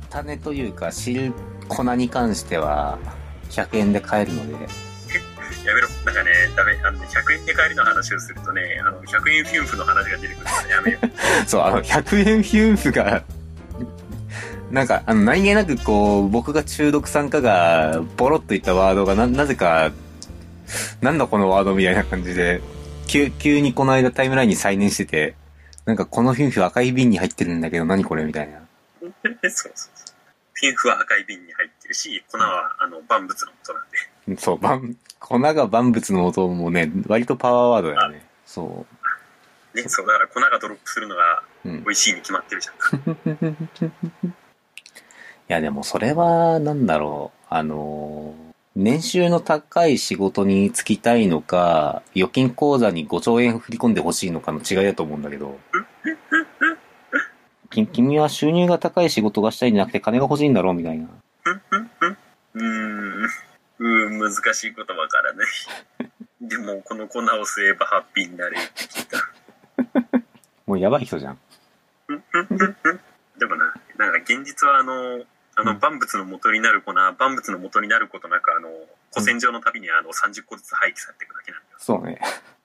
種というか汁粉に関しては100円で買えるので。 やめろ。なんかね、ダメ。100円で買えるの話をするとね、100円フィンフの話が出てくるからやめよう。 そう、100円フィンフが、なんか、何気なくこう、僕が中毒参加が、ボロッと言ったワードがなぜか、なんだこのワードみたいな感じで、急にこの間タイムラインに再燃してて、なんかこのフィンフ赤い瓶に入ってるんだけど何これみたいな。 そうそうそう。フィンフは赤い瓶に入ってるし、粉は万物の元なんで。 そう、粉が万物の元もね、割とパワーワードだよね。そう。 ね、そう、だから粉がドロップするのが美味しいに決まってるじゃん。 いやでもそれは、なんだろう、年収の高い仕事に就きたいのか、預金口座に5兆円振り込んでほしいのかの違いだと思うんだけど。君は収入が高い仕事がしたいんじゃなくて金が欲しいんだろうみたいな。 難しいことわからない。でもこの粉を吸えばハッピーになれるって聞いた。 もうやばい人じゃん。 でもなんか現実は万物の元になる粉、万物の元になることなく古戦場のたびに30個ずつ廃棄されていくだけなんだよ。 そうね。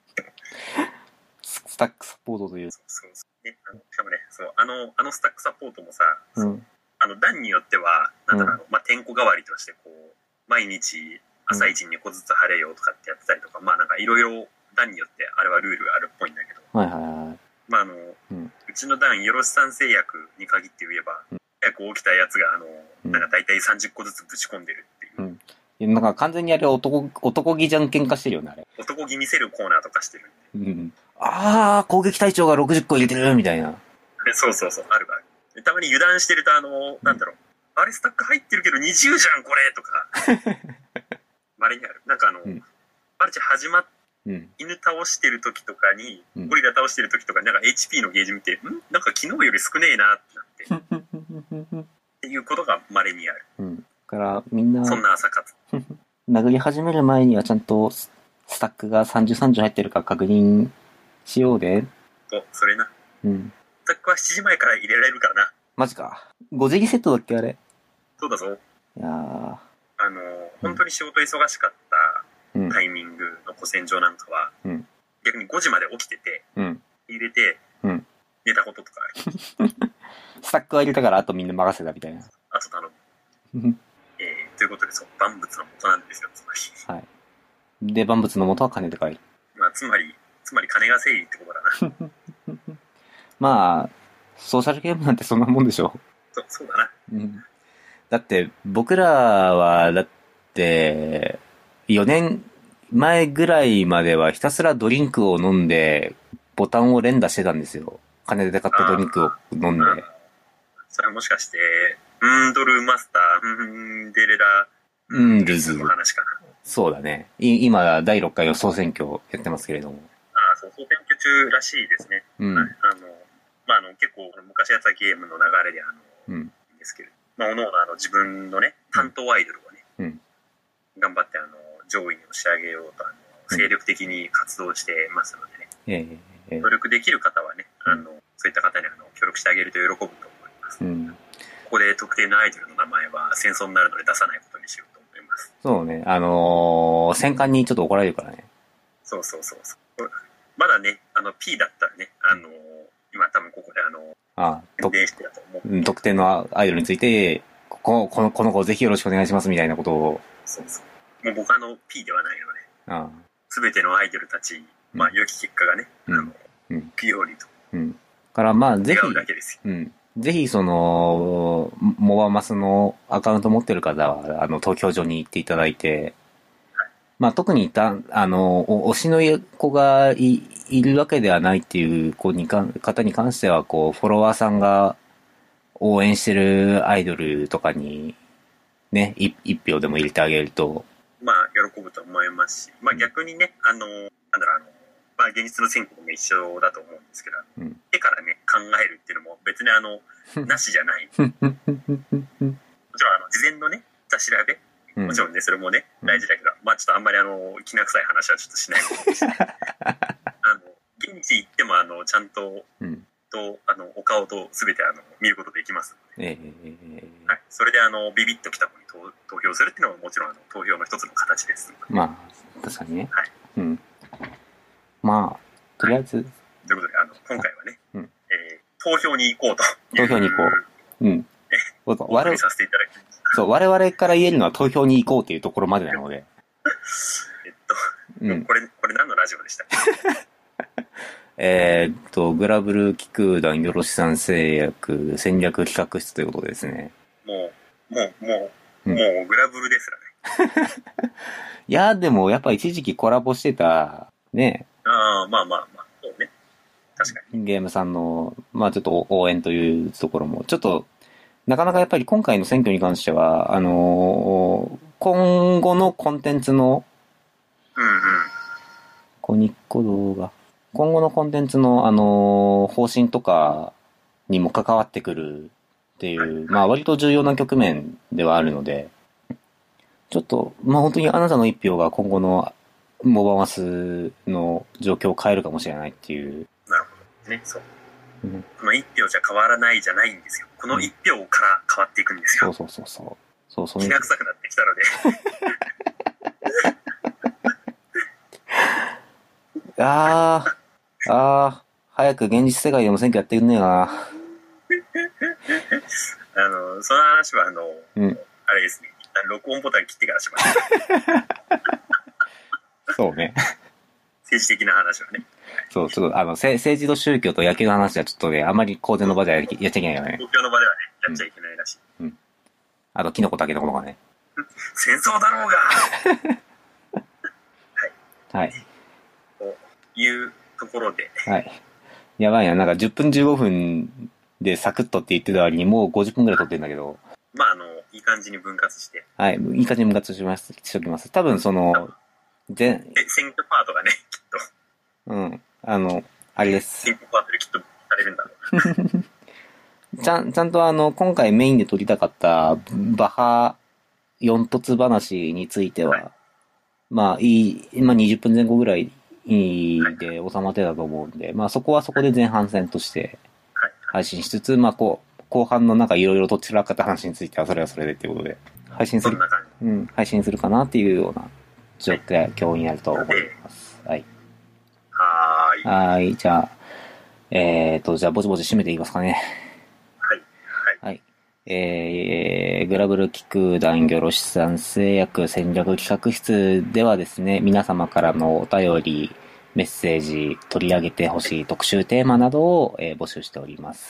スタックサポートという。 そうね、しかもね、そうスタックサポートもさ、段によってはなんだろう、てんこ代わりとしてこう毎日朝一2個ずつ貼れよとかってやってたりとか、なんかいろいろ段によってあれはルールがあるっぽいんだけど、 はいはいはい。 うちの段よろしさん製薬に限って言えば、早く起きたやつがなんか大体30個ずつぶち込んでるっていう。 なんか完全にあれ男気じゃんけん化してるよね、あれ。 男気見せるコーナーとかしてるんで。 攻撃隊長が60個入れてるみたいな。 そう、あるある。たまに油断してるとなんだろう、あれスタック入ってるけど20じゃんこれとか。稀にある。なんかマルチ始まっ犬倒してる時とかに、ゴリラ倒してる時とかになんか HP のゲージ見て、なんか昨日より少ねえなってなってっていうことが稀にある。 だからみんなそんな朝活。 殴り始める前にはちゃんとスタックが30入ってるか確認しようで。 それな。スタックは7時前から入れられるからな。 マジか。5時セットだっけあれ。 そうだぞ。 いやー。 本当に仕事忙しかったタイミングの古戦場なんかは、逆に5時まで起きてて、入れて、寝たこととかある。 スタックは入れたからあとみんな任せたみたいな。 あと頼む。ということで、万物の元なんですよ、つまり。 はい。で、万物の元は金で買える。 つまり金が正義ってことだな。 まあ、ソーシャルゲームなんてそんなもんでしょ。 そうだな。 だって僕らは4年前ぐらいまではひたすらドリンクを飲んでボタンを連打してたんですよ。金で買ったドリンクを飲んで。 それはもしかしてドルマスターデレラルズの話かな。 そうだね。今第6回の総選挙やってますけれども。 総選挙中らしいですね。結構昔やったゲームの流れでいいんですけど、おのおの自分のね担当アイドルをね、頑張って上位に押し上げようと精力的に活動してますのでね、協力できる方はねそういった方に協力してあげると喜ぶと思います。ここで特定のアイドルの名前は戦争になるので出さないことにしようと思います。 そうね、戦艦にちょっと怒られるからね。 そう。まだねP だったらね今多分ここで宣伝してたと思う。 特定のアイドルについてこの子ぜひよろしくお願いしますみたいなことを。 そうもう僕P ではないので、全てのアイドルたち良き結果がね行くようにと。 からぜひ願うだけですよ。 ぜひモバマスのアカウント持ってる方は投票所に行っていただいて、特に推しの子がいるわけではないっていう方に関してはフォロワーさんが応援してるアイドルとかにね一票でも入れてあげると喜ぶと思いますし、逆にね現実の選挙も一緒だと思うんですけど、手からね考えるっていうのも別になしじゃない。もちろん事前のね下調べもちろんねそれもね大事だけど、ちょっとあんまりきな臭い話はちょっとしないですね。現地行ってもちゃんと、お顔と全て見ることできますので、はい、 それでビビッときた子に投票するっていうのはもちろん投票の一つの形です。 まあ確かにね。 はい。 うん。まあとりあえず。 ということで今回はね、投票に行こうと。 投票に行こう。うん。 お送りさせていただきます。 そう、我々から言えるのは投票に行こうっていうところまでなので。 これ何のラジオでしたっけ？グラブル機空団よろしさん製薬戦略企画室ということですね。 もうグラブルですらね。 いや、でもやっぱ一時期コラボしてた、ね。 ああ、まあ、そうね。確かに。 ゲームさんの、まあちょっと応援というところも、ちょっと、なかなかやっぱり今回の選挙に関しては、今後のコンテンツの、ニッコ動画。今後のコンテンツの、方針とかにも関わってくるっていう、まあ割と重要な局面ではあるので、ちょっと、まあ本当にあなたの一票が今後のモバマスの状況を変えるかもしれないっていう。 なるほど。ね、そう。この一票じゃ変わらないじゃないんですよ。この一票から変わっていくんですよ。 そう。 気が臭くなってきたので。 早く現実世界でも選挙やってくんねえな。 その話はあれですね。一旦録音ボタン切ってからしましょう。 そうね。 政治的な話はね。 そう、ちょっと政治と宗教と野球の話はちょっとね、あまり公然の場ではやっちゃいけないよね。 公共の場ではね、やっちゃいけないらしい。 あと、キノコタケノコとかね。 戦争だろうがはい。 というところで。 はい。やばいな、なんか10分15分でサクッとって言ってた割にもう50分くらい撮ってるんだけど。 まあ、いい感じに分割して。 はい、いい感じに分割しおきます。多分選挙パートがね、きっと。 あれです。 選挙パートできっとされるんだろう。 ちゃんと今回メインで撮りたかったバハ4突話については、まあ20分前後ぐらいで収まってたと思うんで、まあそこはそこで前半戦として配信しつつ、まあ後半のなんかいろいろと散らかった話についてはそれはそれでっていうことで、配信するかなっていうような状況になると思います。はい。はい。じゃあ、じゃあぼちぼち締めていきますかね。はい。グラブル機空団魚ロシさん製薬戦略企画室ではですね、皆様からのお便り、メッセージ、取り上げてほしい特集テーマなどを、募集しております。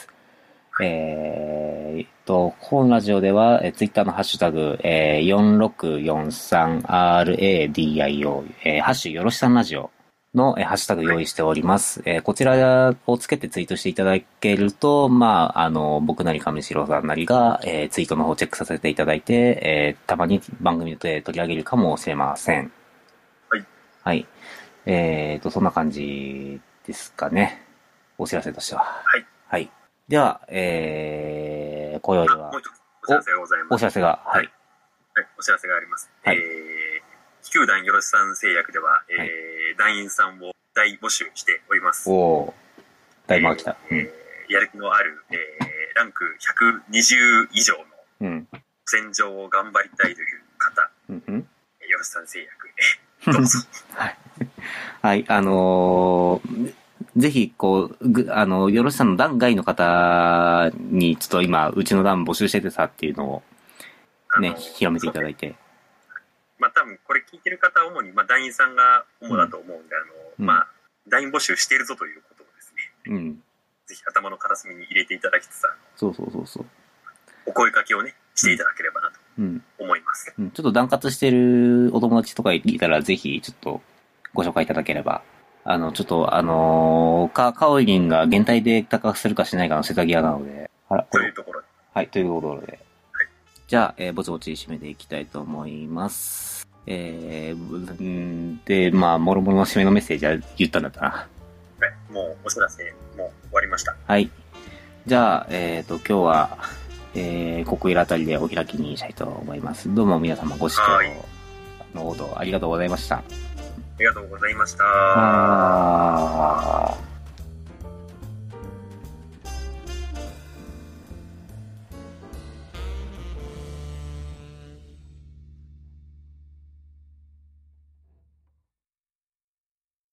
本ラジオでは、ツイッターのハッシュタグ、4643RADIO、ハッシュよろしさんラジオの、ハッシュタグ用意しております。こちらをつけてツイートしていただけると、まあ、僕なり上白さんなりが、ツイートの方をチェックさせていただいて、たまに番組で取り上げるかもしれません。はい。そんな感じですかね。お知らせとしては。はい。では、今宵は。 もう一つお知らせがございます。 お知らせが、はい。 お知らせがあります。 はい。 機空団よろしさん製薬では、団員さんを大募集しております。 おー。大満来た。 やる気のある、ランク120以上の戦場を頑張りたいという方、よろしさん製薬へどうぞ。 はい。ぜひ、よろしさんの団外の方に、ちょっと今、うちの団募集しててさっていうのを、ね、広めていただいて。 まあ多分、これ聞いてる方は主に、まあ団員さんが主だと思うんで、まあ、団員募集しているぞということをですね、ぜひ頭の片隅に入れていただきつつ、 そう。 お声掛けをね、していただければなと思います。 ちょっと団活してるお友達とかいたら、ぜひ、ちょっと、ご紹介いただければ。ちょっと、カオリンが減退で高くするかしないかの瀬戸際なので。 というところで。 はい、というところで。じゃあ、ぼちぼち締めていきたいと思います。で、まあ、もろもろの締めのメッセージは言ったんだったな。 はい、もう、お知らせ、もう終わりました。 はい。じゃあ、今日は、ここいらあたりでお開きにしたいと思います。どうも皆様ご視聴のほどありがとうございました。 ありがとうございました。